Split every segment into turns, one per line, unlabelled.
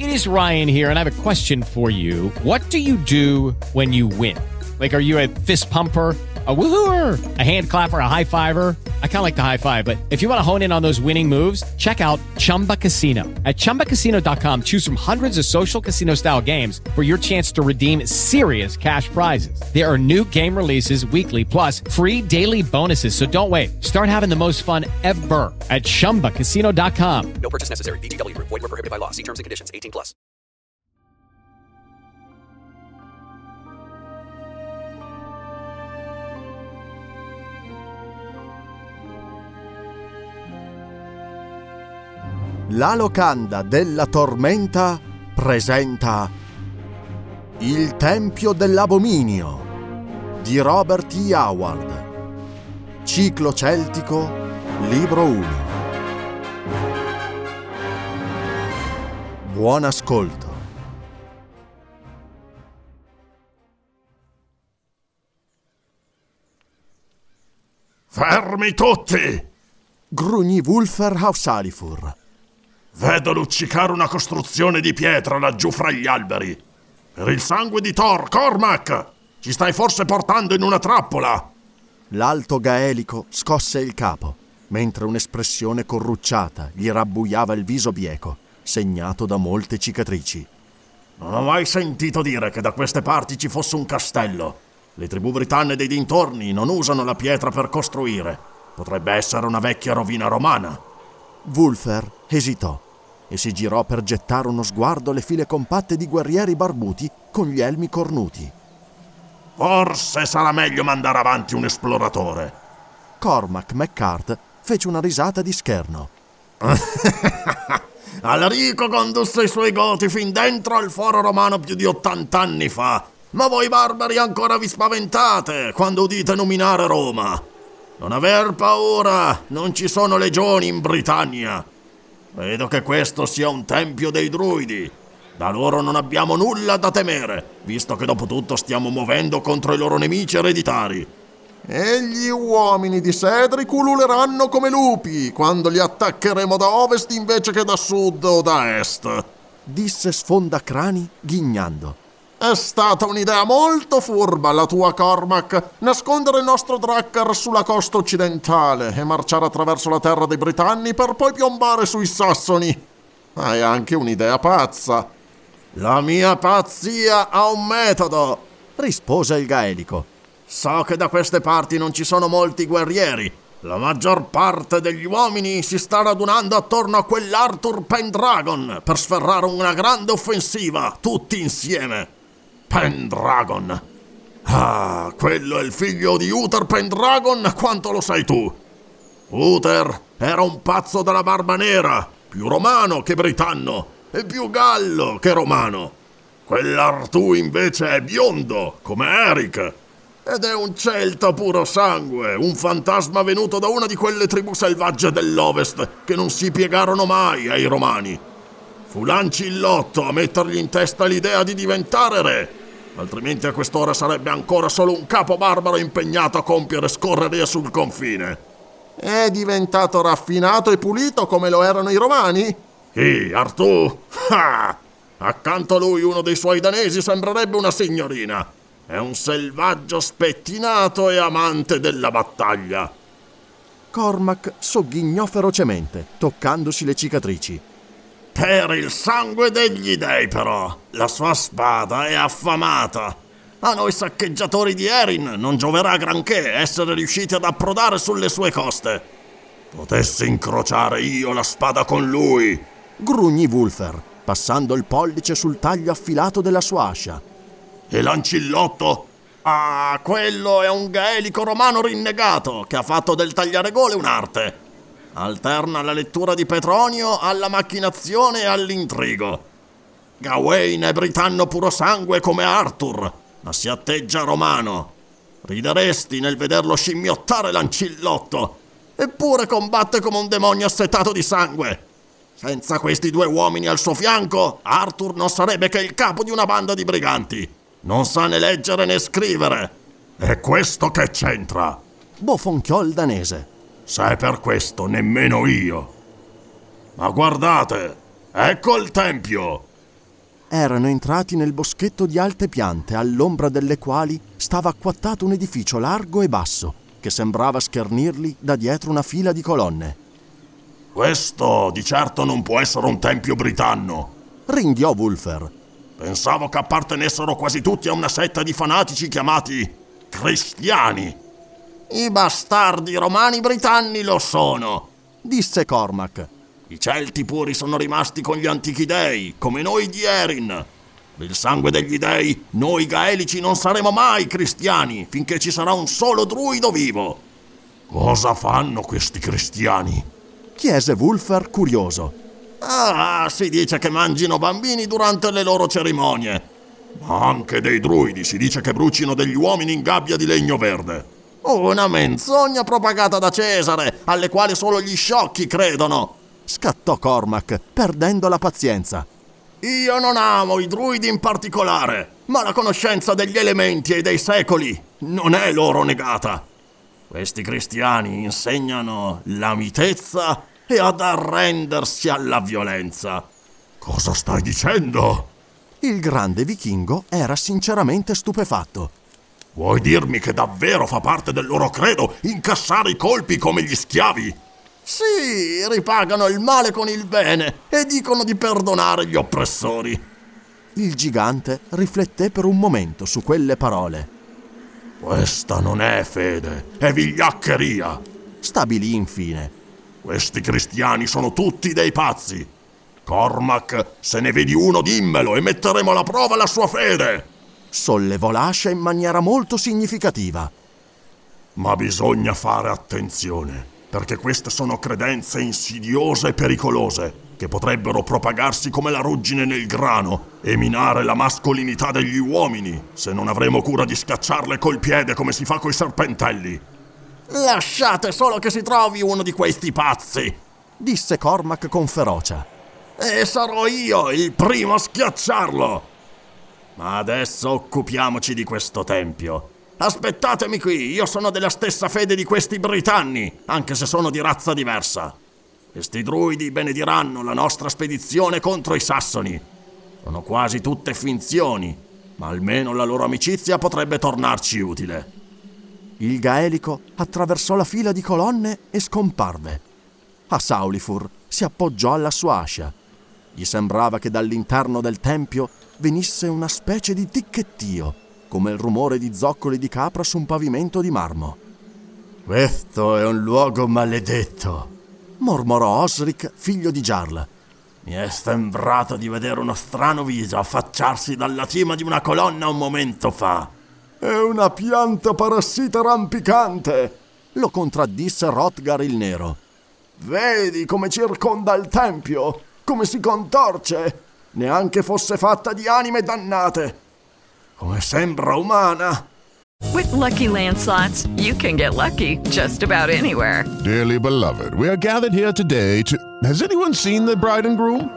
It is Ryan here, and I have a question for you. What do when you win? Like, are you a fist pumper, a woohooer, a hand clapper, a high fiver? I kind of like the high five, but if you want to hone in on those winning moves, check out Chumba Casino. At ChumbaCasino.com, choose from hundreds of social casino-style games for your chance to redeem serious cash prizes. There are new game releases weekly, plus free daily bonuses. So don't wait. Start having the most fun ever at ChumbaCasino.com.
No purchase necessary. VGW Group. Void where prohibited by law. See terms and conditions. 18+.
La locanda della tormenta presenta Il Tempio dell'Abominio di Robert E. Howard. Ciclo celtico, libro 1. Buon ascolto.
Fermi tutti!
Grugnì Wulfer Hausalifur.
Vedo luccicare una costruzione di pietra laggiù fra gli alberi. Per il sangue di Thor, Cormac! Ci stai forse portando in una trappola?
L'alto gaelico scosse il capo, mentre un'espressione corrucciata gli rabbuiava il viso bieco, segnato da molte cicatrici.
Non ho mai sentito dire che da queste parti ci fosse un castello. Le tribù britanne dei dintorni non usano la pietra per costruire. Potrebbe essere una vecchia rovina romana.
Wulfer esitò e si girò per gettare uno sguardo alle file compatte di guerrieri barbuti con gli elmi cornuti.
Forse sarà meglio mandare avanti un esploratore.
Cormac McCart fece una risata di scherno.
Alarico condusse i suoi goti fin dentro al foro romano più di 80 anni fa. Ma voi barbari ancora vi spaventate quando udite nominare Roma. Non aver paura, non ci sono legioni in Britannia. Vedo che questo sia un tempio dei druidi. Da loro non abbiamo nulla da temere, visto che dopo tutto stiamo muovendo contro i loro nemici ereditari.
E gli uomini di Cedric ululeranno come lupi quando li attaccheremo da ovest invece che da sud o da est,
disse Sfondacrani ghignando.
È stata un'idea molto furba la tua, Cormac, nascondere il nostro Drakkar sulla costa occidentale e marciare attraverso la terra dei Britanni per poi piombare sui Sassoni. Hai anche un'idea pazza.
La mia pazzia ha un metodo,
rispose il gaelico.
So che da queste parti non ci sono molti guerrieri. La maggior parte degli uomini si sta radunando attorno a quell'Arthur Pendragon per sferrare una grande offensiva, tutti insieme. Pendragon. Ah, quello è il figlio di Uther Pendragon, quanto lo sai tu. Uther era un pazzo della barba nera, più romano che britanno e più gallo che romano. Quell'Artù invece è biondo, come Eric, ed è un celta puro sangue, un fantasma venuto da una di quelle tribù selvagge dell'Ovest che non si piegarono mai ai romani. Fu Lancillotto a mettergli in testa l'idea di diventare re, altrimenti a quest'ora sarebbe ancora solo un capo barbaro impegnato a compiere scorrerie sul confine.
È diventato raffinato e pulito come lo erano i romani?
Chi, Artù? Ah! Accanto a lui uno dei suoi danesi sembrerebbe una signorina. È un selvaggio spettinato e amante della battaglia.
Cormac sogghignò ferocemente, toccandosi le cicatrici.
Per il sangue degli dei, però, la sua spada è affamata. A noi saccheggiatori di Erin non gioverà granché essere riusciti ad approdare sulle sue coste. Potessi incrociare io la spada con lui,
grugnì Wulfer, passando il pollice sul taglio affilato della sua ascia.
E Lancillotto? Ah, quello è un gaelico romano rinnegato che ha fatto del tagliaregole un'arte. Alterna la lettura di Petronio alla macchinazione e all'intrigo. Gawain è britanno puro sangue come Arthur, ma si atteggia romano. Rideresti nel vederlo scimmiottare Lancillotto, eppure combatte come un demonio assetato di sangue. Senza questi due uomini al suo fianco, Arthur non sarebbe che il capo di una banda di briganti. Non sa né leggere né scrivere. E questo che c'entra?
Bofonchiò il danese.
Se è per questo, nemmeno io. Ma guardate, ecco il tempio.
erano entrati nel boschetto di alte piante, all'ombra delle quali stava acquattato un edificio largo e basso, che sembrava schernirli da dietro una fila di colonne.
Questo di certo non può essere un tempio britanno,
ringhiò Wulfer.
Pensavo che appartenessero quasi tutti a una setta di fanatici chiamati cristiani.
I bastardi romani britanni lo sono,
disse Cormac.
I Celti puri sono rimasti con gli antichi dei, come noi di Erin. Per il sangue degli dei, noi gaelici non saremo mai cristiani finché ci sarà un solo druido vivo.
Cosa fanno questi cristiani?
Chiese Wulfer curioso.
Ah, si dice che mangino bambini durante le loro cerimonie.
Ma anche dei druidi si dice che brucino degli uomini in gabbia di legno verde.
Una menzogna propagata da Cesare, alle quali solo gli sciocchi credono,
scattò Cormac, perdendo la pazienza.
Io non amo i druidi in particolare, ma la conoscenza degli elementi e dei secoli non è loro negata. Questi cristiani insegnano la mitezza e ad arrendersi alla violenza.
Cosa stai dicendo?
Il grande vichingo era sinceramente stupefatto.
Vuoi dirmi che davvero fa parte del loro credo incassare i colpi come gli schiavi?
Sì, ripagano il male con il bene e dicono di perdonare gli oppressori.
Il gigante rifletté per un momento su quelle parole.
Questa non è fede, è vigliaccheria,
stabilì infine.
Questi cristiani sono tutti dei pazzi. Cormac, se ne vedi uno dimmelo e metteremo alla prova la sua fede.
Sollevò l'ascia in maniera molto significativa.
Ma bisogna fare attenzione, perché queste sono credenze insidiose e pericolose, che potrebbero propagarsi come la ruggine nel grano e minare la mascolinità degli uomini, se non avremo cura di scacciarle col piede come si fa coi serpentelli.
Lasciate solo che si trovi uno di questi pazzi,
disse Cormac con ferocia.
E sarò io il primo a schiacciarlo. Ma adesso occupiamoci di questo tempio. Aspettatemi qui, io sono della stessa fede di questi britanni, anche se sono di razza diversa. Questi druidi benediranno la nostra spedizione contro i sassoni. Sono quasi tutte finzioni, ma almeno la loro amicizia potrebbe tornarci utile.
Il gaelico attraversò la fila di colonne e scomparve. A Saulifur si appoggiò alla sua ascia. Gli sembrava che dall'interno del tempio venisse una specie di ticchettio, come il rumore di zoccoli di capra su un pavimento di marmo.
Questo è un luogo maledetto,
mormorò Osric, figlio di Jarl.
Mi è sembrato di vedere uno strano viso affacciarsi dalla cima di una colonna un momento fa.
È una pianta parassita rampicante,
lo contraddisse Hrothgar il Nero.
Vedi come circonda il tempio, come si contorce, neanche fosse fatta di anime dannate. Come sembra umana.
With Lucky Land Slots, you can get lucky just about anywhere.
Dearly beloved, we are gathered here today to... Has anyone seen the bride and groom?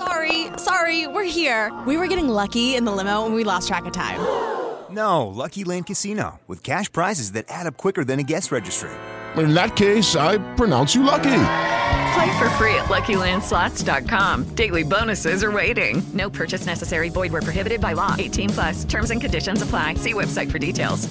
Sorry, we're here. We were getting lucky in the limo and we lost track of time.
No, Lucky Land Casino, with cash prizes that add up quicker than a guest registry.
In that case, I pronounce you lucky.
Play for free at LuckyLandSlots.com. Daily bonuses are waiting. No purchase necessary. Void where prohibited by law. 18+. Terms and conditions apply. See website for details.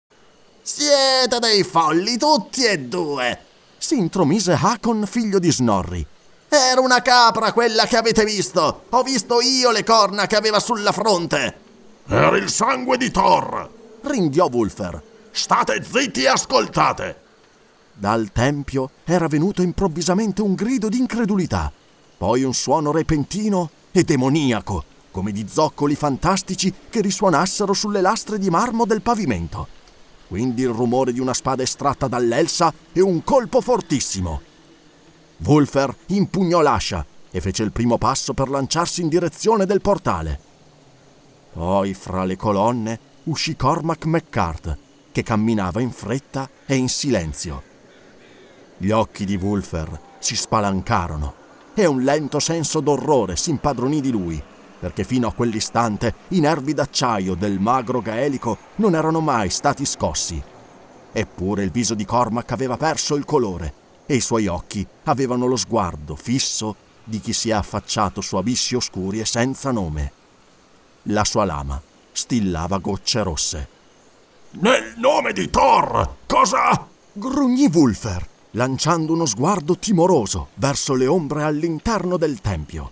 Siete dei folli tutti e due,
si intromise Hakon, figlio di Snorri.
Era una capra quella che avete visto. Ho visto io le corna che aveva sulla fronte.
Era il sangue di Thor,
ringhiò Wulfer.
State zitti e ascoltate.
Dal tempio era venuto improvvisamente un grido di incredulità, poi un suono repentino e demoniaco, come di zoccoli fantastici che risuonassero sulle lastre di marmo del pavimento. Quindi il rumore di una spada estratta dall'elsa e un colpo fortissimo. Wulfer impugnò l'ascia e fece il primo passo per lanciarsi in direzione del portale. Poi, fra le colonne, uscì Cormac McCart, che camminava in fretta e in silenzio. Gli occhi di Wulfer si spalancarono e un lento senso d'orrore si impadronì di lui, perché fino a quell'istante i nervi d'acciaio del magro gaelico non erano mai stati scossi. Eppure il viso di Cormac aveva perso il colore e i suoi occhi avevano lo sguardo fisso di chi si è affacciato su abissi oscuri e senza nome. La sua lama stillava gocce rosse.
Nel nome di Thor, cosa?
Grugnì Wulfer, lanciando uno sguardo timoroso verso le ombre all'interno del tempio.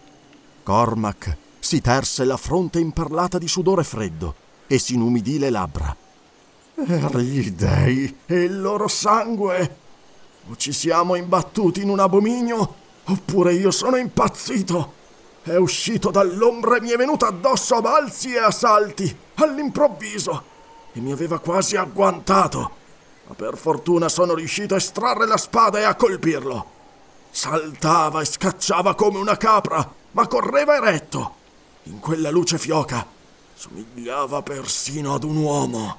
Cormac si terse la fronte imperlata di sudore freddo e si inumidì le labbra.
Gli dei e il loro sangue. O ci siamo imbattuti in un abominio, oppure io sono impazzito. È uscito dall'ombra e mi è venuto addosso a balzi e a salti, all'improvviso, e mi aveva quasi agguantato. Ma per fortuna sono riuscito a estrarre la spada e a colpirlo. Saltava e scacciava come una capra, ma correva eretto. In quella luce fioca somigliava persino ad un uomo.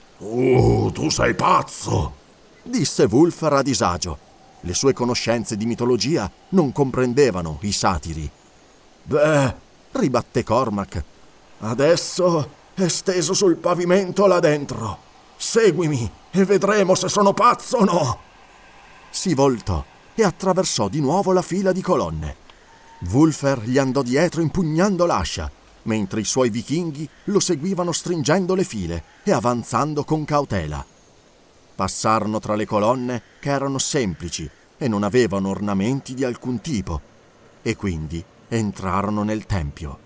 Tu sei pazzo,
disse Wulfer a disagio. Le sue conoscenze di mitologia non comprendevano i satiri.
Beh,
ribatté Cormac,
adesso è steso sul pavimento là dentro. Seguimi e vedremo se sono pazzo o no.
Si voltò e attraversò di nuovo la fila di colonne. Wulfer gli andò dietro impugnando l'ascia, mentre i suoi vichinghi lo seguivano stringendo le file e avanzando con cautela. Passarono tra le colonne che erano semplici e non avevano ornamenti di alcun tipo, e quindi entrarono nel tempio.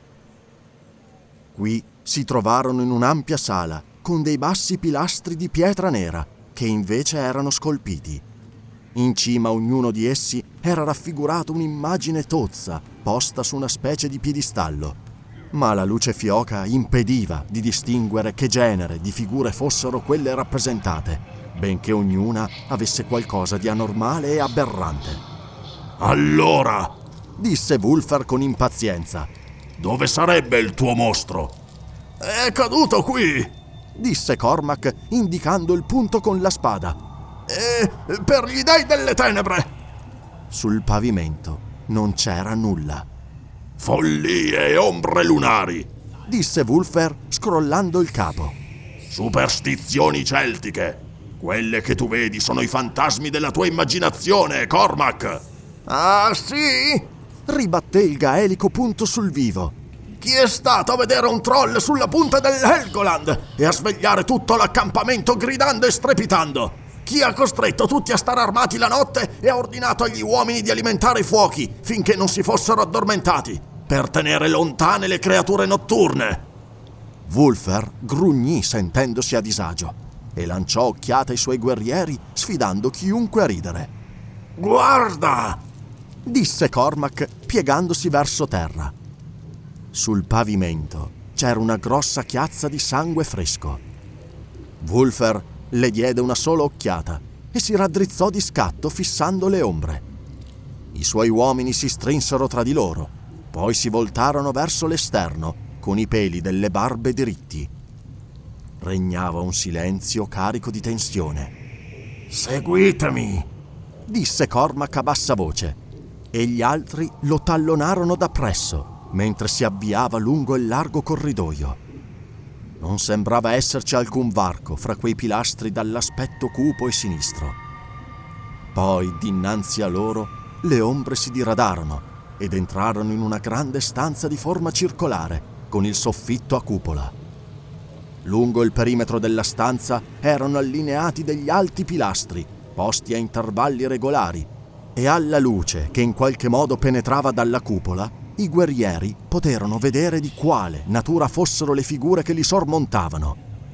Qui si trovarono in un'ampia sala con dei bassi pilastri di pietra nera che invece erano scolpiti. In cima a ognuno di essi era raffigurata un'immagine tozza posta su una specie di piedistallo, ma la luce fioca impediva di distinguere che genere di figure fossero quelle rappresentate, benché ognuna avesse qualcosa di anormale e aberrante.
Allora,
disse Wulfer con impazienza,
dove sarebbe il tuo mostro? È caduto qui,
disse Cormac indicando il punto con la spada.
Per gli dei delle tenebre.
Sul pavimento non c'era nulla.
Follie e ombre lunari,
disse Wulfer scrollando il capo.
Superstizioni celtiche. Quelle che tu vedi sono i fantasmi della tua immaginazione, Cormac. Ah, sì?
Ribatté il gaelico punto sul vivo.
Chi è stato a vedere un troll sulla punta dell'Helgoland e a svegliare tutto l'accampamento gridando e strepitando? Chi ha costretto tutti a stare armati la notte e ha ordinato agli uomini di alimentare i fuochi finché non si fossero addormentati, per tenere lontane le creature notturne?
Wulfer grugnì sentendosi a disagio e lanciò occhiate ai suoi guerrieri sfidando chiunque a ridere.
Guarda!
disse Cormac piegandosi verso terra. Sul pavimento c'era una grossa chiazza di sangue fresco. Wulfer le diede una sola occhiata e si raddrizzò di scatto fissando le ombre. I suoi uomini si strinsero tra di loro, poi si voltarono verso l'esterno con i peli delle barbe diritti. Regnava un silenzio carico di tensione.
Seguitemi,
disse Cormac a bassa voce, e gli altri lo tallonarono dappresso mentre si avviava lungo il largo corridoio. Non sembrava esserci alcun varco fra quei pilastri dall'aspetto cupo e sinistro. Poi, dinanzi a loro, le ombre si diradarono ed entrarono in una grande stanza di forma circolare, con il soffitto a cupola. Lungo il perimetro della stanza erano allineati degli alti pilastri, posti a intervalli regolari, e alla luce che in qualche modo penetrava dalla cupola, i guerrieri poterono vedere di quale natura fossero le figure che li sormontavano.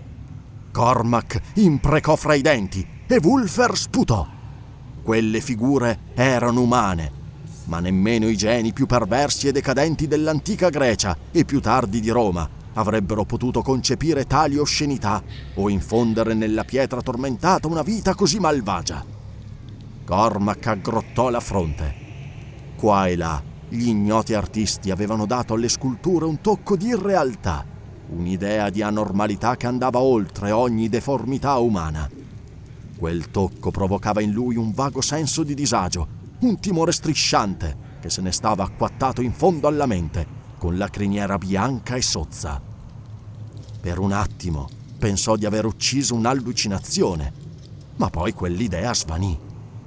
Cormac imprecò fra i denti e Wulfer sputò. Quelle figure erano umane, ma nemmeno i geni più perversi e decadenti dell'antica Grecia e più tardi di Roma avrebbero potuto concepire tali oscenità o infondere nella pietra tormentata una vita così malvagia. Cormac aggrottò la fronte. Qua e là gli ignoti artisti avevano dato alle sculture un tocco di irrealtà, un'idea di anormalità che andava oltre ogni deformità umana. Quel tocco provocava in lui un vago senso di disagio, un timore strisciante che se ne stava acquattato in fondo alla mente, con la criniera bianca e sozza. Per un attimo pensò di aver ucciso un'allucinazione, ma poi quell'idea svanì.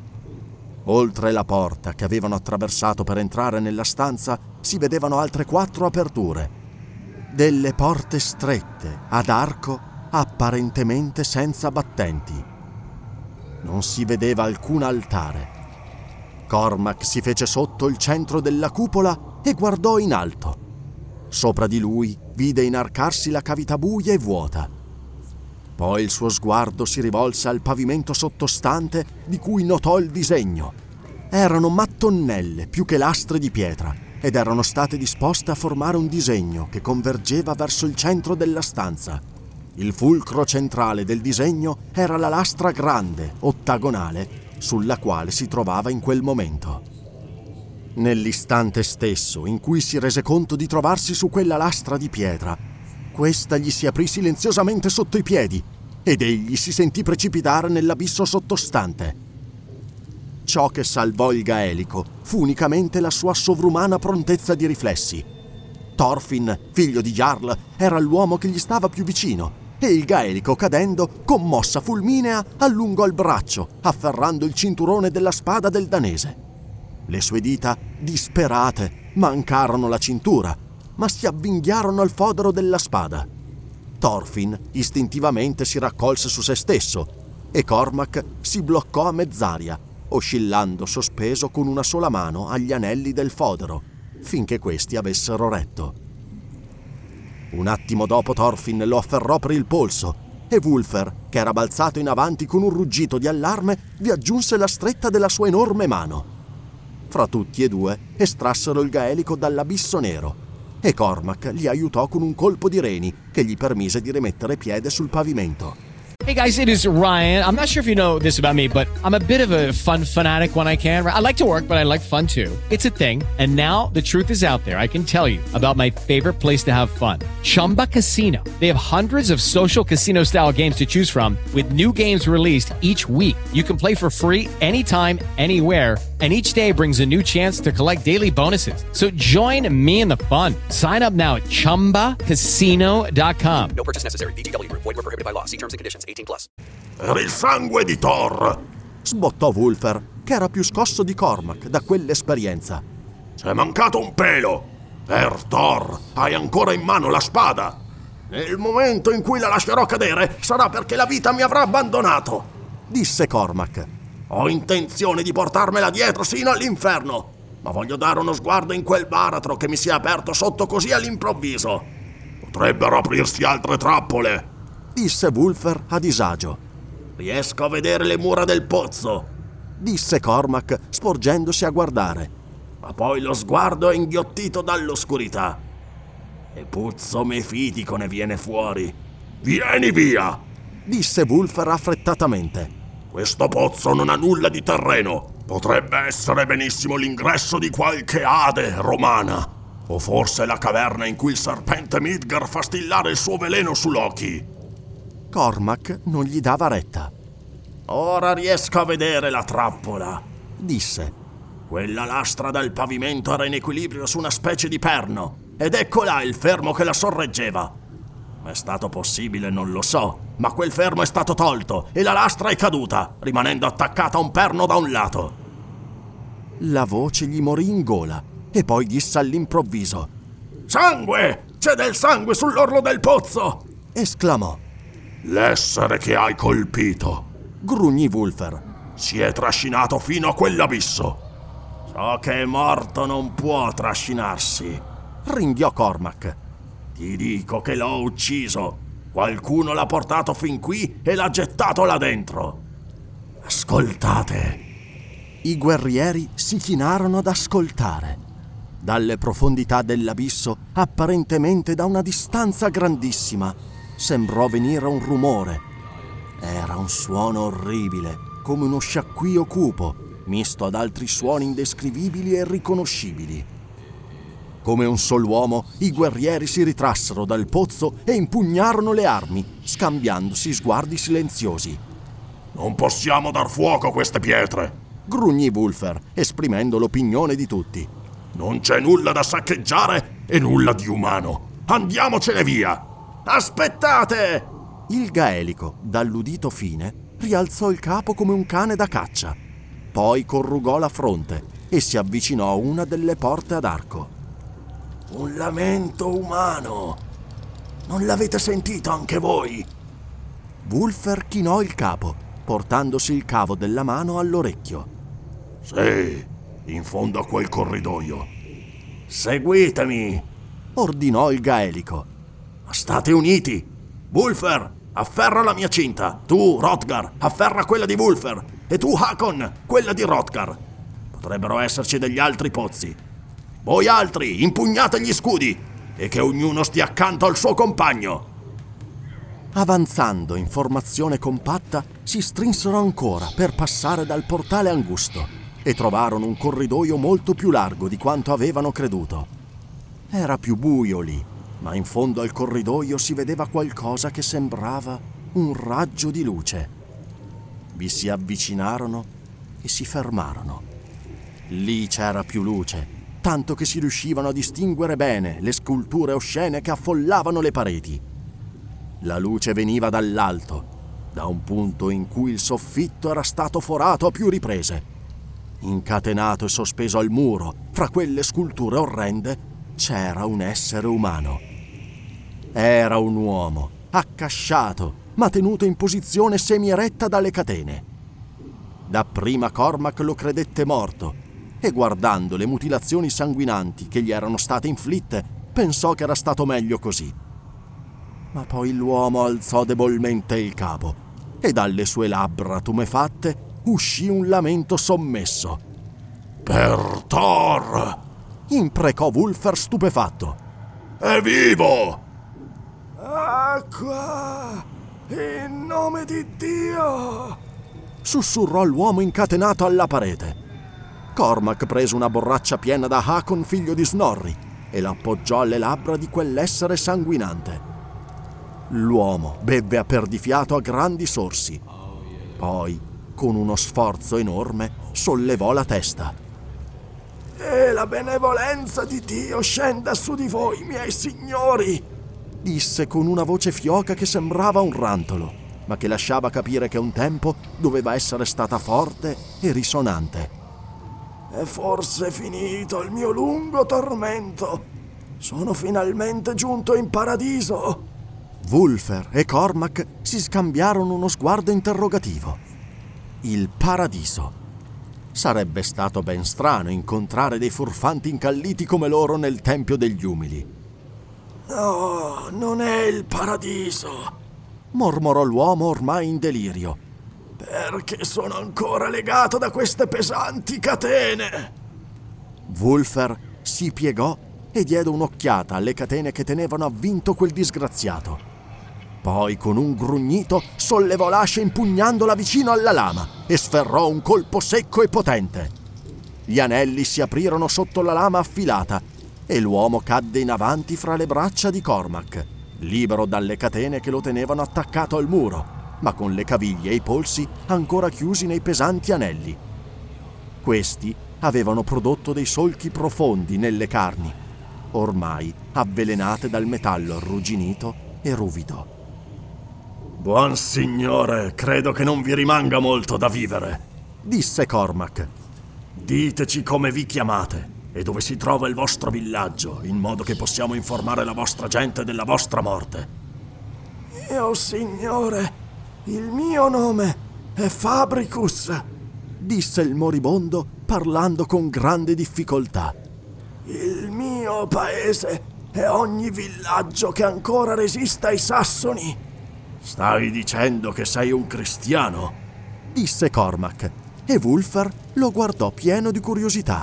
Oltre la porta che avevano attraversato per entrare nella stanza si vedevano altre 4 aperture. Delle porte strette, ad arco, apparentemente senza battenti. Non si vedeva alcun altare. Cormac si fece sotto il centro della cupola e guardò in alto. Sopra di lui vide inarcarsi la cavità buia e vuota. Poi il suo sguardo si rivolse al pavimento sottostante, di cui notò il disegno. Erano mattonnelle più che lastre di pietra ed erano state disposte a formare un disegno che convergeva verso il centro della stanza. Il fulcro centrale del disegno era la lastra grande, ottagonale, sulla quale si trovava in quel momento. Nell'istante stesso in cui si rese conto di trovarsi su quella lastra di pietra, questa gli si aprì silenziosamente sotto i piedi ed egli si sentì precipitare nell'abisso sottostante. Ciò che salvò il gaelico fu unicamente la sua sovrumana prontezza di riflessi. Thorfinn, figlio di Jarl, era l'uomo che gli stava più vicino e il gaelico, cadendo, con mossa fulminea allungò il braccio, afferrando il cinturone della spada del danese. Le sue dita, disperate, mancarono la cintura, ma si avvinghiarono al fodero della spada. Thorfinn istintivamente si raccolse su se stesso e Cormac si bloccò a mezz'aria, oscillando sospeso con una sola mano agli anelli del fodero, finché questi avessero retto. Un attimo dopo Thorfinn lo afferrò per il polso e Wulfer, che era balzato in avanti con un ruggito di allarme, vi aggiunse la stretta della sua enorme mano. Fra tutti e due estrassero il gaelico dall'abisso nero e Cormac gli aiutò con un colpo di reni che gli permise di rimettere piede sul pavimento.
Hey guys, it is Ryan. I'm not sure if you know this about me, but I'm a bit of a fun fanatic when I can. I like to work, but I like fun too. It's a thing. And now the truth is out there. I can tell you about my favorite place to have fun. Chumba Casino. They have hundreds of social casino style games to choose from with new games released each week. You can play for free anytime, anywhere. And each day brings a new chance to collect daily bonuses. So join me in the fun. Sign up now at ChumbaCasino.com.
No purchase necessary. VGW Group. Void where prohibited by law. See terms and conditions. 18+.
Per il sangue di Thor!
Sbottò Wulfer, che era più scosso di Cormac da quell'esperienza.
C'è mancato un pelo! Per Thor, hai ancora in mano la spada!
Nel momento in cui la lascerò cadere, sarà perché la vita mi avrà abbandonato,
disse Cormac.
Ho intenzione di portarmela dietro sino all'inferno, ma voglio dare uno sguardo in quel baratro che mi si è aperto sotto così all'improvviso.
Potrebbero aprirsi altre trappole,
disse Wulfer a disagio.
Riesco a vedere le mura del pozzo,
disse Cormac sporgendosi a guardare.
Ma poi lo sguardo è inghiottito dall'oscurità e puzzo mefitico ne viene fuori.
Vieni via,
disse Wulfer affrettatamente.
Questo pozzo non ha nulla di terreno. Potrebbe essere benissimo l'ingresso di qualche ade romana. O forse la caverna in cui il serpente Midgar fa stillare il suo veleno su Loki.
Cormac non gli dava retta.
Ora riesco a vedere la trappola,
disse.
Quella lastra del pavimento era in equilibrio su una specie di perno, ed ecco là il fermo che la sorreggeva. È stato possibile, non lo so, ma quel fermo è stato tolto e la lastra è caduta, rimanendo attaccata a un perno da un lato.
La voce gli morì in gola e poi disse all'improvviso:
Sangue! C'è del sangue sull'orlo del pozzo!
Esclamò.
L'essere che hai colpito,
grugnì Wulfer,
si è trascinato fino a quell'abisso.
So che è morto non può trascinarsi,
ringhiò Cormac.
Ti dico che l'ho ucciso. Qualcuno l'ha portato fin qui e l'ha gettato là dentro. Ascoltate.
I guerrieri si chinarono ad ascoltare. Dalle profondità dell'abisso, apparentemente da una distanza grandissima, sembrò venire un rumore. Era un suono orribile, come uno sciacquio cupo, misto ad altri suoni indescrivibili e riconoscibili. Come un solo uomo, i guerrieri si ritrassero dal pozzo e impugnarono le armi, scambiandosi sguardi silenziosi.
Non possiamo dar fuoco a queste pietre,
grugnì Wulfer, esprimendo l'opinione di tutti.
Non c'è nulla da saccheggiare e nulla di umano. Andiamocene via!
Aspettate!
Il gaelico, dall'udito fine, rialzò il capo come un cane da caccia. Poi corrugò la fronte e si avvicinò a una delle porte ad arco.
Un lamento umano, Non l'avete sentito anche voi?
Wulfer chinò il capo, portandosi il cavo della mano all'orecchio.
Sì, in fondo a quel corridoio. Seguitemi,
ordinò il gaelico.
State uniti. Wulfer, afferra la mia cinta. Tu, Hrothgar, afferra quella di Wulfer. E tu, Hakon, quella di Hrothgar. Potrebbero esserci degli altri pozzi. Voi altri, impugnate gli scudi e che ognuno stia accanto al suo compagno.
Avanzando in formazione compatta, si strinsero ancora per passare dal portale angusto e trovarono un corridoio molto più largo di quanto avevano creduto. Era più buio lì, ma in fondo al corridoio si vedeva qualcosa che sembrava un raggio di luce. Vi si avvicinarono e si fermarono. Lì c'era più luce, tanto che si riuscivano a distinguere bene le sculture oscene che affollavano le pareti. La luce veniva dall'alto, da un punto in cui il soffitto era stato forato a più riprese. Incatenato e sospeso al muro, fra quelle sculture orrende, c'era un essere umano. Era un uomo, accasciato, ma tenuto in posizione semieretta dalle catene. Dapprima Cormac lo credette morto e, guardando le mutilazioni sanguinanti che gli erano state inflitte, pensò che era stato meglio così. Ma poi l'uomo alzò debolmente il capo e dalle sue labbra tumefatte uscì un lamento sommesso.
Per Thor!
Imprecò Wulfer stupefatto.
È vivo!
Acqua! In nome di Dio!
Sussurrò l'uomo incatenato alla parete. Cormac prese una borraccia piena da Hakon, figlio di Snorri, e la appoggiò alle labbra di quell'essere sanguinante. L'uomo bevve a perdifiato a grandi sorsi. Poi, con uno sforzo enorme, sollevò la testa.
E la benevolenza di Dio scenda su di voi, miei signori!
Disse con una voce fioca che sembrava un rantolo, ma che lasciava capire che un tempo doveva essere stata forte e risonante.
È forse finito il mio lungo tormento. Sono finalmente giunto in paradiso.
Wulfer e Cormac si scambiarono uno sguardo interrogativo. Il paradiso. Sarebbe stato ben strano incontrare dei furfanti incalliti come loro nel Tempio degli Umili.
No, non è il paradiso,
mormorò l'uomo ormai in delirio.
Perché sono ancora legato da queste pesanti catene.
Wulfer si piegò e diede un'occhiata alle catene che tenevano avvinto quel disgraziato. Poi, con un grugnito, sollevò l'ascia impugnandola vicino alla lama e sferrò un colpo secco e potente. Gli anelli si aprirono sotto la lama affilata e l'uomo cadde in avanti fra le braccia di Cormac, libero dalle catene che lo tenevano attaccato al muro, ma con le caviglie e i polsi ancora chiusi nei pesanti anelli. Questi avevano prodotto dei solchi profondi nelle carni, ormai avvelenate dal metallo arrugginito e ruvido.
Buon signore, credo che non vi rimanga molto da vivere,
disse Cormac.
Diteci come vi chiamate e dove si trova il vostro villaggio, in modo che possiamo informare la vostra gente della vostra morte.
Mio signore, il mio nome è Fabricus,
disse il moribondo parlando con grande difficoltà.
Il mio paese è ogni villaggio che ancora resista ai Sassoni.
Stai dicendo che sei un cristiano?
Disse Cormac, e Wulfer lo guardò pieno di curiosità.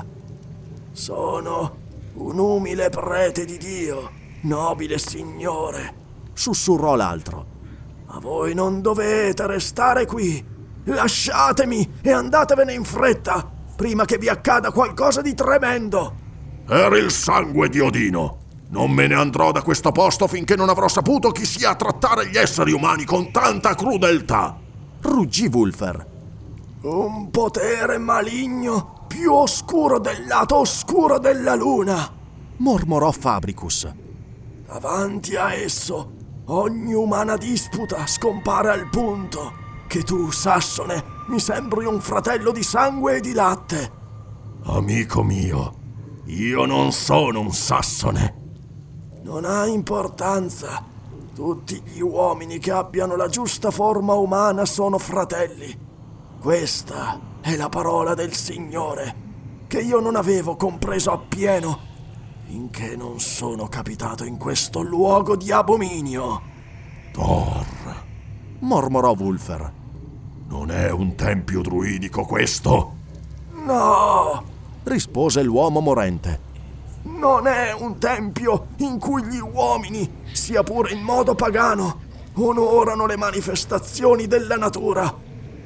Sono un umile prete di Dio, nobile signore,
sussurrò l'altro.
Ma voi non dovete restare qui. Lasciatemi e andatevene in fretta, prima che vi accada qualcosa di tremendo.
Per il sangue di Odino! Non me ne andrò da questo posto finché non avrò saputo chi sia a trattare gli esseri umani con tanta crudeltà!
Ruggì Wulfer.
Un potere maligno più oscuro del lato oscuro della luna,
mormorò Fabricus.
Davanti a esso, ogni umana disputa scompare al punto che tu, Sassone, mi sembri un fratello di sangue e di latte.
Amico mio, io non sono un sassone.
Non ha importanza.
Tutti gli uomini che abbiano la giusta forma umana sono fratelli. Questa è la parola del Signore, che io non avevo compreso appieno, finché non sono capitato in questo luogo di abominio.
Thor, mormorò Wulfer. Non è un tempio druidico questo?
No, rispose l'uomo morente. Non è un tempio in cui gli uomini, sia pure in modo pagano, onorano le manifestazioni della natura.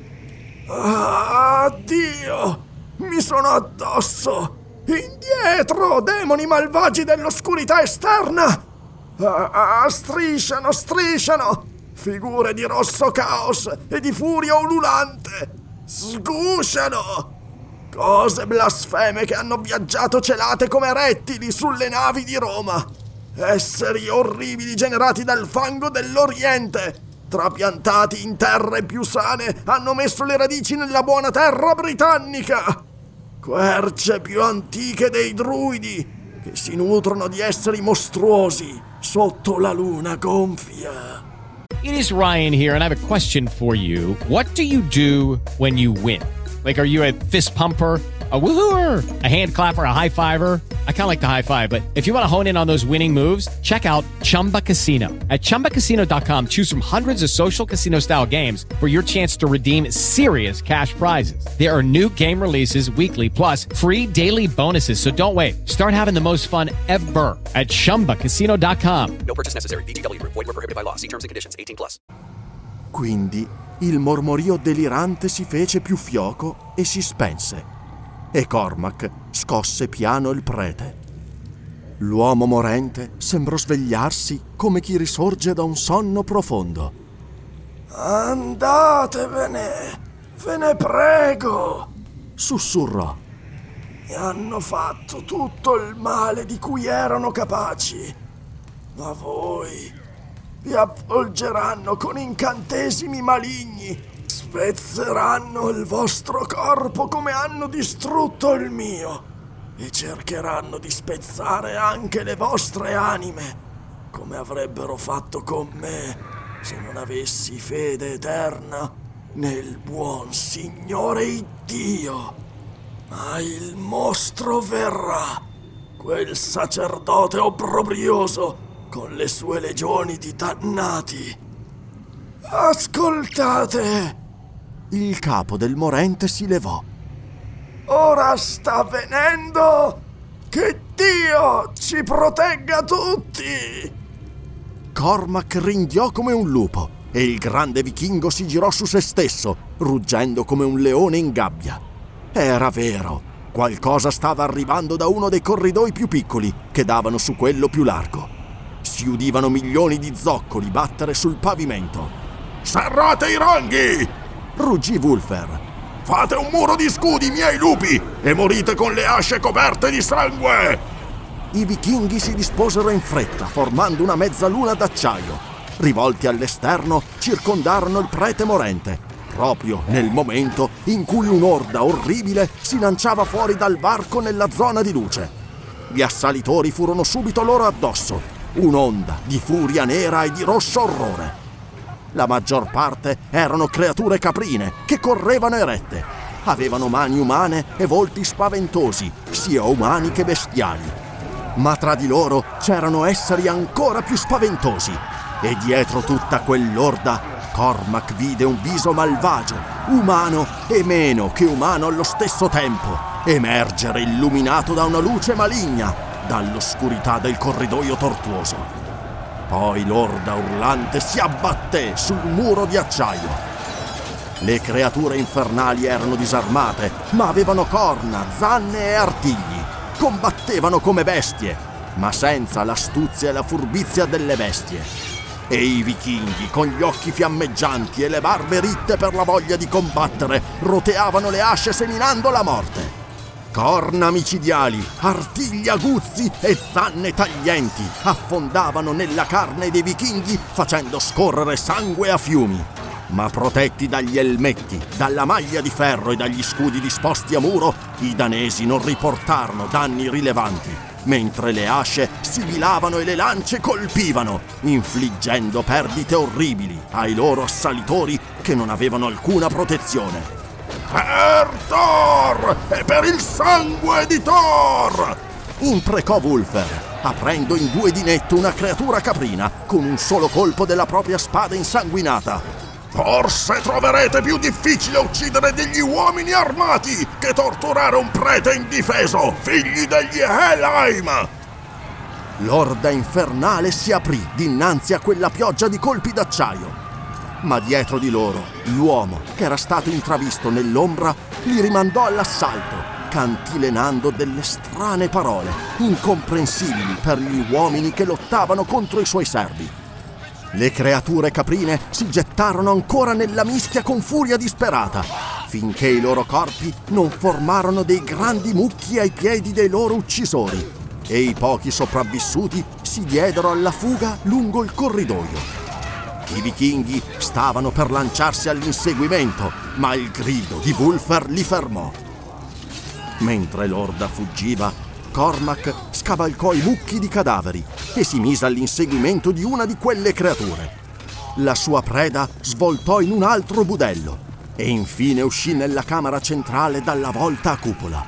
Ah, Dio! Mi sono addosso! Indietro, demoni malvagi dell'oscurità esterna! Strisciano, strisciano! Figure di rosso caos e di furia ululante! Sgusciano! Cose blasfeme che hanno viaggiato celate come rettili sulle navi di Roma! Esseri orribili generati dal fango dell'Oriente! Trapiantati in terre più sane, hanno messo le radici nella buona terra britannica! Querce più antiche dei druidi, che si nutrono di esseri mostruosi sotto la luna gonfia.
It is Ryan here, and I have a question for you. What do you do when you win? Like, are you a fist pumper, a woohooer, a hand clapper, a high fiver? I kind of like the high five, but if you want to hone in on those winning moves, check out Chumba Casino. At ChumbaCasino.com, choose from hundreds of social casino-style games for your chance to redeem serious cash prizes. There are new game releases weekly, plus free daily bonuses. So don't wait. Start having the most fun ever at ChumbaCasino.com.
No purchase necessary. VGW. Void where prohibited by law. See terms and conditions. 18+.
Quindi il mormorio delirante si fece più fioco e si spense. E Cormac scosse piano il prete. L'uomo morente sembrò svegliarsi come chi risorge da un sonno profondo. Andatevene, ve ne prego, sussurrò. Mi hanno fatto tutto il male di cui erano capaci, ma voi vi avvolgeranno con incantesimi maligni. Spezzeranno il vostro corpo come hanno distrutto il mio e cercheranno di spezzare anche le vostre anime, come avrebbero fatto con me se non avessi fede eterna nel buon Signore Iddio. Ma il mostro verrà, quel sacerdote obbrobrioso con le sue legioni di dannati. Ascoltate! Il capo del morente si levò. Ora sta venendo! Che Dio ci protegga tutti! Cormac ringhiò come un lupo e il grande vichingo si girò su se stesso, ruggendo come un leone in gabbia. Era vero, qualcosa stava arrivando da uno dei corridoi più piccoli che davano su quello più largo. Si udivano milioni di zoccoli battere sul pavimento.
Serrate i ranghi!
Ruggì Wulfer.
Fate un muro di scudi, miei lupi, e morite con le asce coperte di sangue!
I vichinghi si disposero in fretta, formando una mezzaluna d'acciaio. Rivolti all'esterno, circondarono il prete morente, proprio nel momento in cui un'orda orribile si lanciava fuori dal varco nella zona di luce. Gli assalitori furono subito loro addosso, un'onda di furia nera e di rosso orrore. La maggior parte erano creature caprine che correvano erette. Avevano mani umane e volti spaventosi, sia umani che bestiali. Ma tra di loro c'erano esseri ancora più spaventosi. E dietro tutta quell'orda, Cormac vide un viso malvagio, umano e meno che umano allo stesso tempo, emergere illuminato da una luce maligna dall'oscurità del corridoio tortuoso. Poi l'orda urlante si abbatté sul muro di acciaio. Le creature infernali erano disarmate, ma avevano corna, zanne e artigli. Combattevano come bestie, ma senza l'astuzia e la furbizia delle bestie. E i vichinghi, con gli occhi fiammeggianti e le barbe ritte per la voglia di combattere, roteavano le asce seminando la morte. Corna micidiali, artigli aguzzi e zanne taglienti affondavano nella carne dei vichinghi facendo scorrere sangue a fiumi. Ma protetti dagli elmetti, dalla maglia di ferro e dagli scudi disposti a muro, i danesi non riportarono danni rilevanti, mentre le asce sibilavano e le lance colpivano, infliggendo perdite orribili ai loro assalitori che non avevano alcuna protezione.
Per Thor! E per il sangue di Thor!
Imprecò Wulfer, aprendo in due di netto una creatura caprina con un solo colpo della propria spada insanguinata.
Forse troverete più difficile uccidere degli uomini armati che torturare un prete indifeso, figli degli Helheim!
L'orda infernale si aprì dinanzi a quella pioggia di colpi d'acciaio. Ma dietro di loro, l'uomo, che era stato intravisto nell'ombra, li rimandò all'assalto, cantilenando delle strane parole, incomprensibili per gli uomini che lottavano contro i suoi servi. Le creature caprine si gettarono ancora nella mischia con furia disperata, finché i loro corpi non formarono dei grandi mucchi ai piedi dei loro uccisori, e i pochi sopravvissuti si diedero alla fuga lungo il corridoio. I vichinghi stavano per lanciarsi all'inseguimento, ma il grido di Wulfer li fermò. Mentre l'orda fuggiva, Cormac scavalcò i mucchi di cadaveri e si mise all'inseguimento di una di quelle creature. La sua preda svoltò in un altro budello e infine uscì nella camera centrale dalla volta a cupola.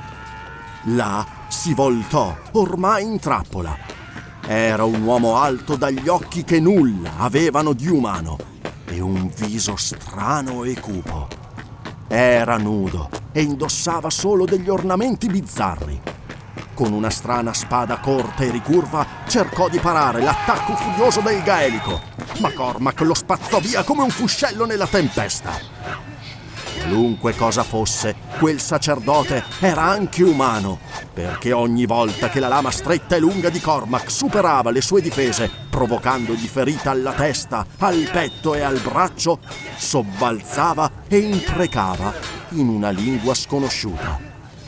Là si voltò, ormai in trappola. Era un uomo alto dagli occhi che nulla avevano di umano e un viso strano e cupo. Era nudo e indossava solo degli ornamenti bizzarri. Con una strana spada corta e ricurva cercò di parare l'attacco furioso del gaelico, ma Cormac lo spazzò via come un fuscello nella tempesta. Qualunque cosa fosse, quel sacerdote era anche umano, perché ogni volta che la lama stretta e lunga di Cormac superava le sue difese, provocandogli ferita alla testa, al petto e al braccio, sobbalzava e imprecava in una lingua sconosciuta.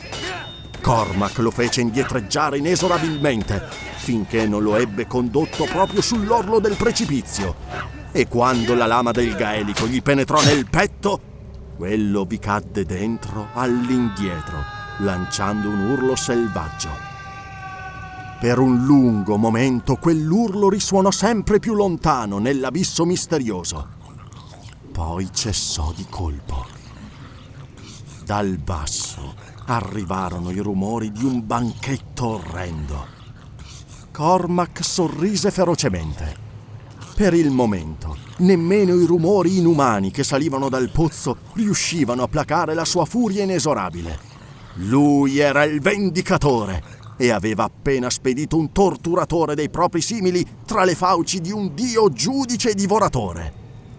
Cormac lo fece indietreggiare inesorabilmente, finché non lo ebbe condotto proprio sull'orlo del precipizio. E quando la lama del gaelico gli penetrò nel petto, quello vi cadde dentro all'indietro, lanciando un urlo selvaggio. Per un lungo momento quell'urlo risuonò sempre più lontano nell'abisso misterioso. Poi cessò di colpo. Dal basso arrivarono i rumori di un banchetto orrendo. Cormac sorrise ferocemente. Per il momento, nemmeno i rumori inumani che salivano dal pozzo riuscivano a placare la sua furia inesorabile. Lui era il vendicatore e aveva appena spedito un torturatore dei propri simili tra le fauci di un dio giudice e divoratore.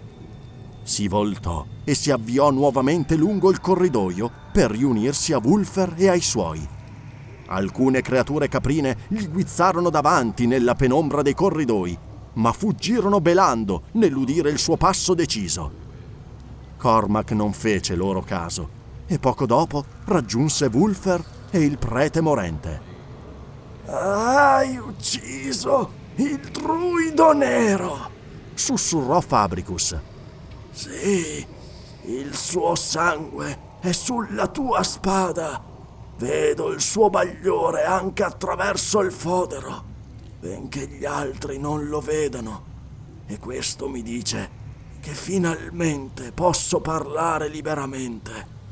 Si voltò e si avviò nuovamente lungo il corridoio per riunirsi a Wulfer e ai suoi. Alcune creature caprine gli guizzarono davanti nella penombra dei corridoi, ma fuggirono belando nell'udire il suo passo deciso. Cormac non fece loro caso e poco dopo raggiunse Wulfer e il prete morente.
«Hai ucciso il druido nero!»
sussurrò Fabricus.
«Sì, il suo sangue è sulla tua spada. Vedo il suo bagliore anche attraverso il fodero, benché gli altri non lo vedano. E questo mi dice che finalmente posso parlare liberamente.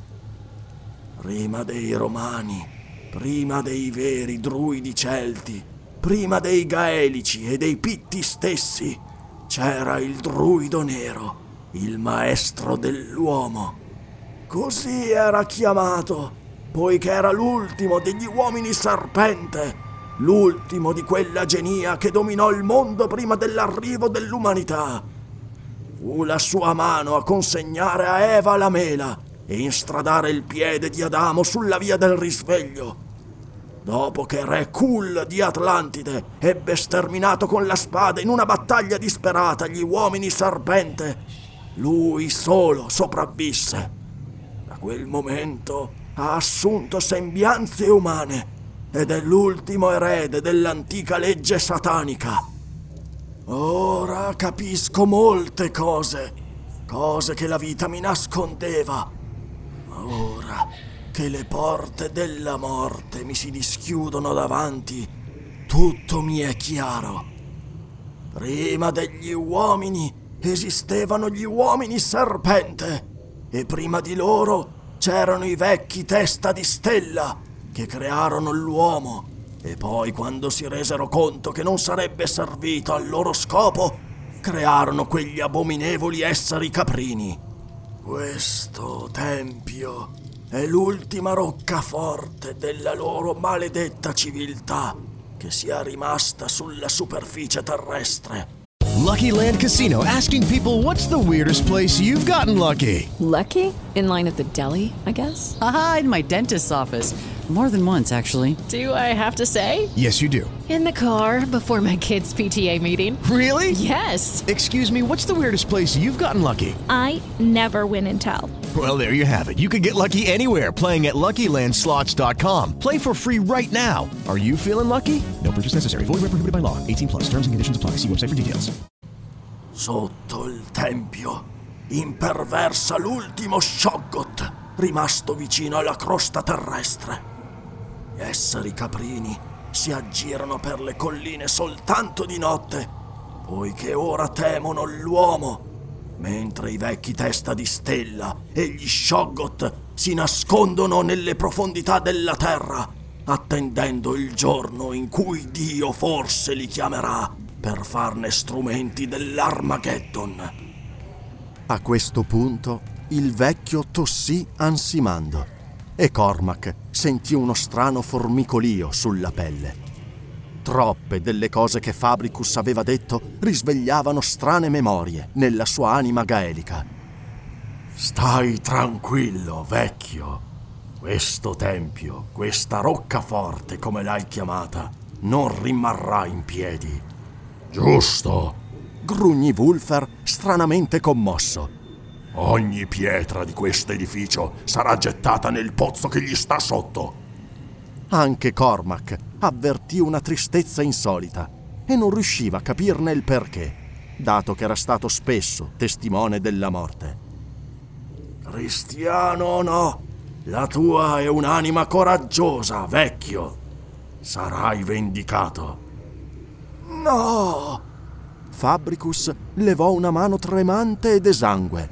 Prima dei Romani, prima dei veri druidi celti, prima dei gaelici e dei pitti stessi, c'era il druido nero, il maestro dell'uomo. Così era chiamato, poiché era l'ultimo degli uomini serpente, l'ultimo di quella genia che dominò il mondo prima dell'arrivo dell'umanità. Fu la sua mano a consegnare a Eva la mela e instradare il piede di Adamo sulla via del risveglio. Dopo che re Kul di Atlantide ebbe sterminato con la spada in una battaglia disperata gli uomini serpente, lui solo sopravvisse. Da quel momento ha assunto sembianze umane ed è l'ultimo erede dell'antica legge satanica. Ora capisco molte cose che la vita mi nascondeva. Ora che le porte della morte mi si dischiudono davanti,
tutto mi è chiaro. Prima degli uomini esistevano gli uomini serpente e prima di loro c'erano i vecchi testa di stella che crearono l'uomo e poi, quando si resero conto che non sarebbe servito al loro scopo, crearono quegli abominevoli esseri caprini. Questo tempio è l'ultima roccaforte della loro maledetta civiltà che sia rimasta sulla superficie terrestre.
Lucky Land Casino, asking people, what's the weirdest place you've gotten lucky?
Lucky? In line at the deli, I guess?
Aha, in my dentist's office. More than once, actually.
Do I have to say?
Yes, you do.
In the car before my kids' PTA meeting.
Really?
Yes.
Excuse me, what's the weirdest place you've gotten lucky?
I never win and tell.
Well, there you have it. You can get lucky anywhere, playing at LuckyLandSlots.com. Play for free right now. Are you feeling lucky? No purchase necessary. Void where prohibited by law. 18+. Terms and conditions apply. See website for details.
Sotto il tempio imperversa l'ultimo Shoggoth rimasto vicino alla crosta terrestre. Gli esseri caprini si aggirano per le colline soltanto di notte, poiché ora temono l'uomo, mentre i vecchi testa di stella e gli Shoggoth si nascondono nelle profondità della terra, attendendo il giorno in cui Dio forse li chiamerà per farne strumenti dell'Armageddon. A questo punto il vecchio tossì ansimando e Cormac sentì uno strano formicolio sulla pelle. Troppe delle cose che Fabricus aveva detto risvegliavano strane memorie nella sua anima gaelica. Stai tranquillo, vecchio. Questo tempio, questa roccaforte, come l'hai chiamata, non rimarrà in piedi.
Giusto,
grugnì Wulfer, stranamente commosso.
Ogni pietra di questo edificio sarà gettata nel pozzo che gli sta sotto.
Anche Cormac avvertì una tristezza insolita e non riusciva a capirne il perché, dato che era stato spesso testimone della morte. Cristiano o no, la tua è un'anima coraggiosa, vecchio. Sarai vendicato. No! Fabricus levò una mano tremante ed esangue.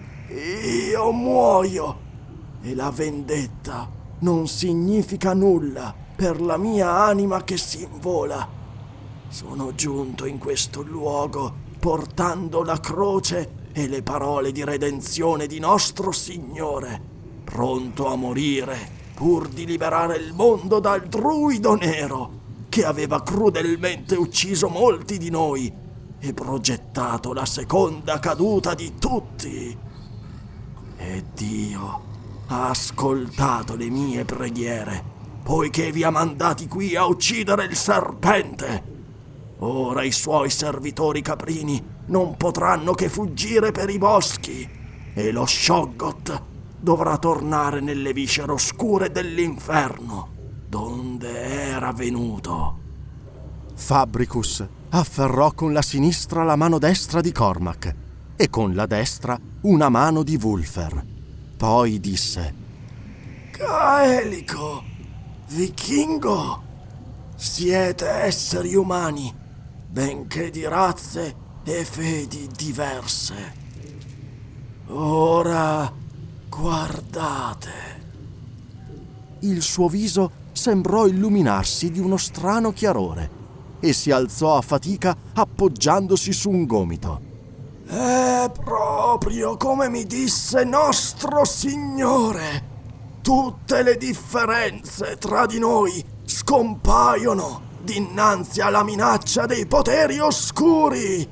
Io muoio e la vendetta non significa nulla per la mia anima che si invola. Sono giunto in questo luogo portando la croce e le parole di redenzione di nostro Signore, pronto a morire pur di liberare il mondo dal druido nero che aveva crudelmente ucciso molti di noi e progettato la seconda caduta di tutti. E Dio ha ascoltato le mie preghiere, poiché vi ha mandati qui a uccidere il serpente. Ora i suoi servitori caprini non potranno che fuggire per i boschi e lo Shoggoth dovrà tornare nelle viscere oscure dell'inferno, donde era venuto. Fabricus afferrò con la sinistra la mano destra di Cormac e con la destra una mano di Wulfer. Poi disse: Gaelico, vichingo, siete esseri umani, benché di razze e fedi diverse. Ora guardate. Il suo viso sembrò illuminarsi di uno strano chiarore e si alzò a fatica appoggiandosi su un gomito. È proprio come mi disse nostro Signore. Tutte le differenze tra di noi scompaiono dinanzi alla minaccia dei poteri oscuri.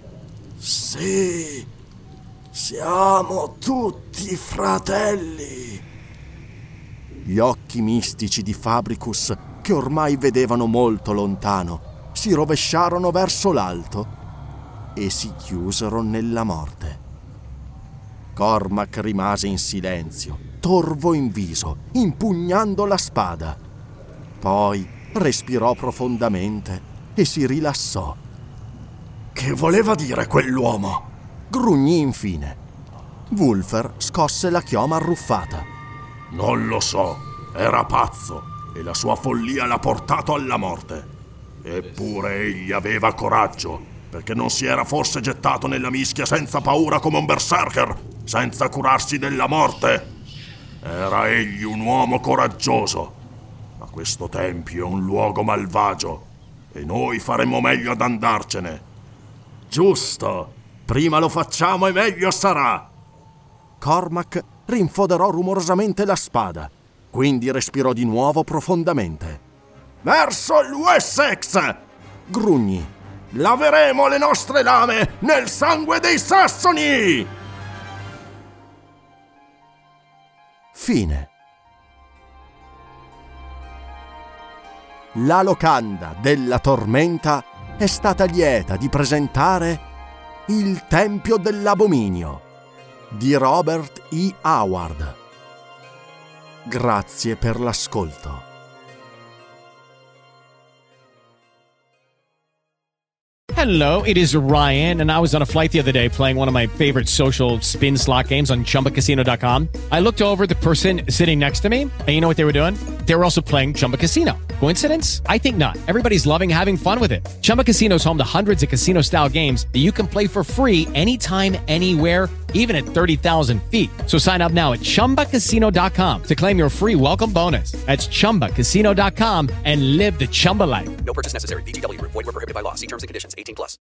Sì, siamo tutti fratelli. Gli occhi mistici di Fabricus, che ormai vedevano molto lontano, si rovesciarono verso l'alto e si chiusero nella morte. Cormac rimase in silenzio, torvo in viso, impugnando la spada. Poi respirò profondamente e si rilassò. Che voleva dire quell'uomo? Grugnì infine. Wulfer scosse la chioma arruffata.
Non lo so, era pazzo e la sua follia l'ha portato alla morte.
Eppure egli aveva coraggio, perché non si era forse gettato nella mischia senza paura come un berserker, senza curarsi della morte. Era egli un uomo coraggioso. Ma questo tempio è un luogo malvagio e noi faremmo meglio ad andarcene. Giusto, prima lo facciamo e meglio sarà.
Cormac rinfoderò rumorosamente la spada, quindi respirò di nuovo profondamente.
Verso il Wessex!
Grugnì.
Laveremo le nostre lame nel sangue dei sassoni!
Fine. La locanda della tormenta è stata lieta di presentare Il Tempio dell'Abominio di Robert E. Howard. Grazie per l'ascolto.
Hello, it is Ryan, and I was on a flight the other day playing one of my favorite social spin slot games on ChumbaCasino.com. I looked over at the person sitting next to me, and you know what they were doing? They were also playing Chumba Casino. Coincidence? I think not. Everybody's loving having fun with it. Chumba Casino is home to hundreds of casino-style games that you can play for free anytime, anywhere, even at 30,000 feet. So sign up now at ChumbaCasino.com to claim your free welcome bonus. That's ChumbaCasino.com and live the Chumba life.
No purchase necessary. VGW. Void where prohibited by law. See terms and conditions. 18+.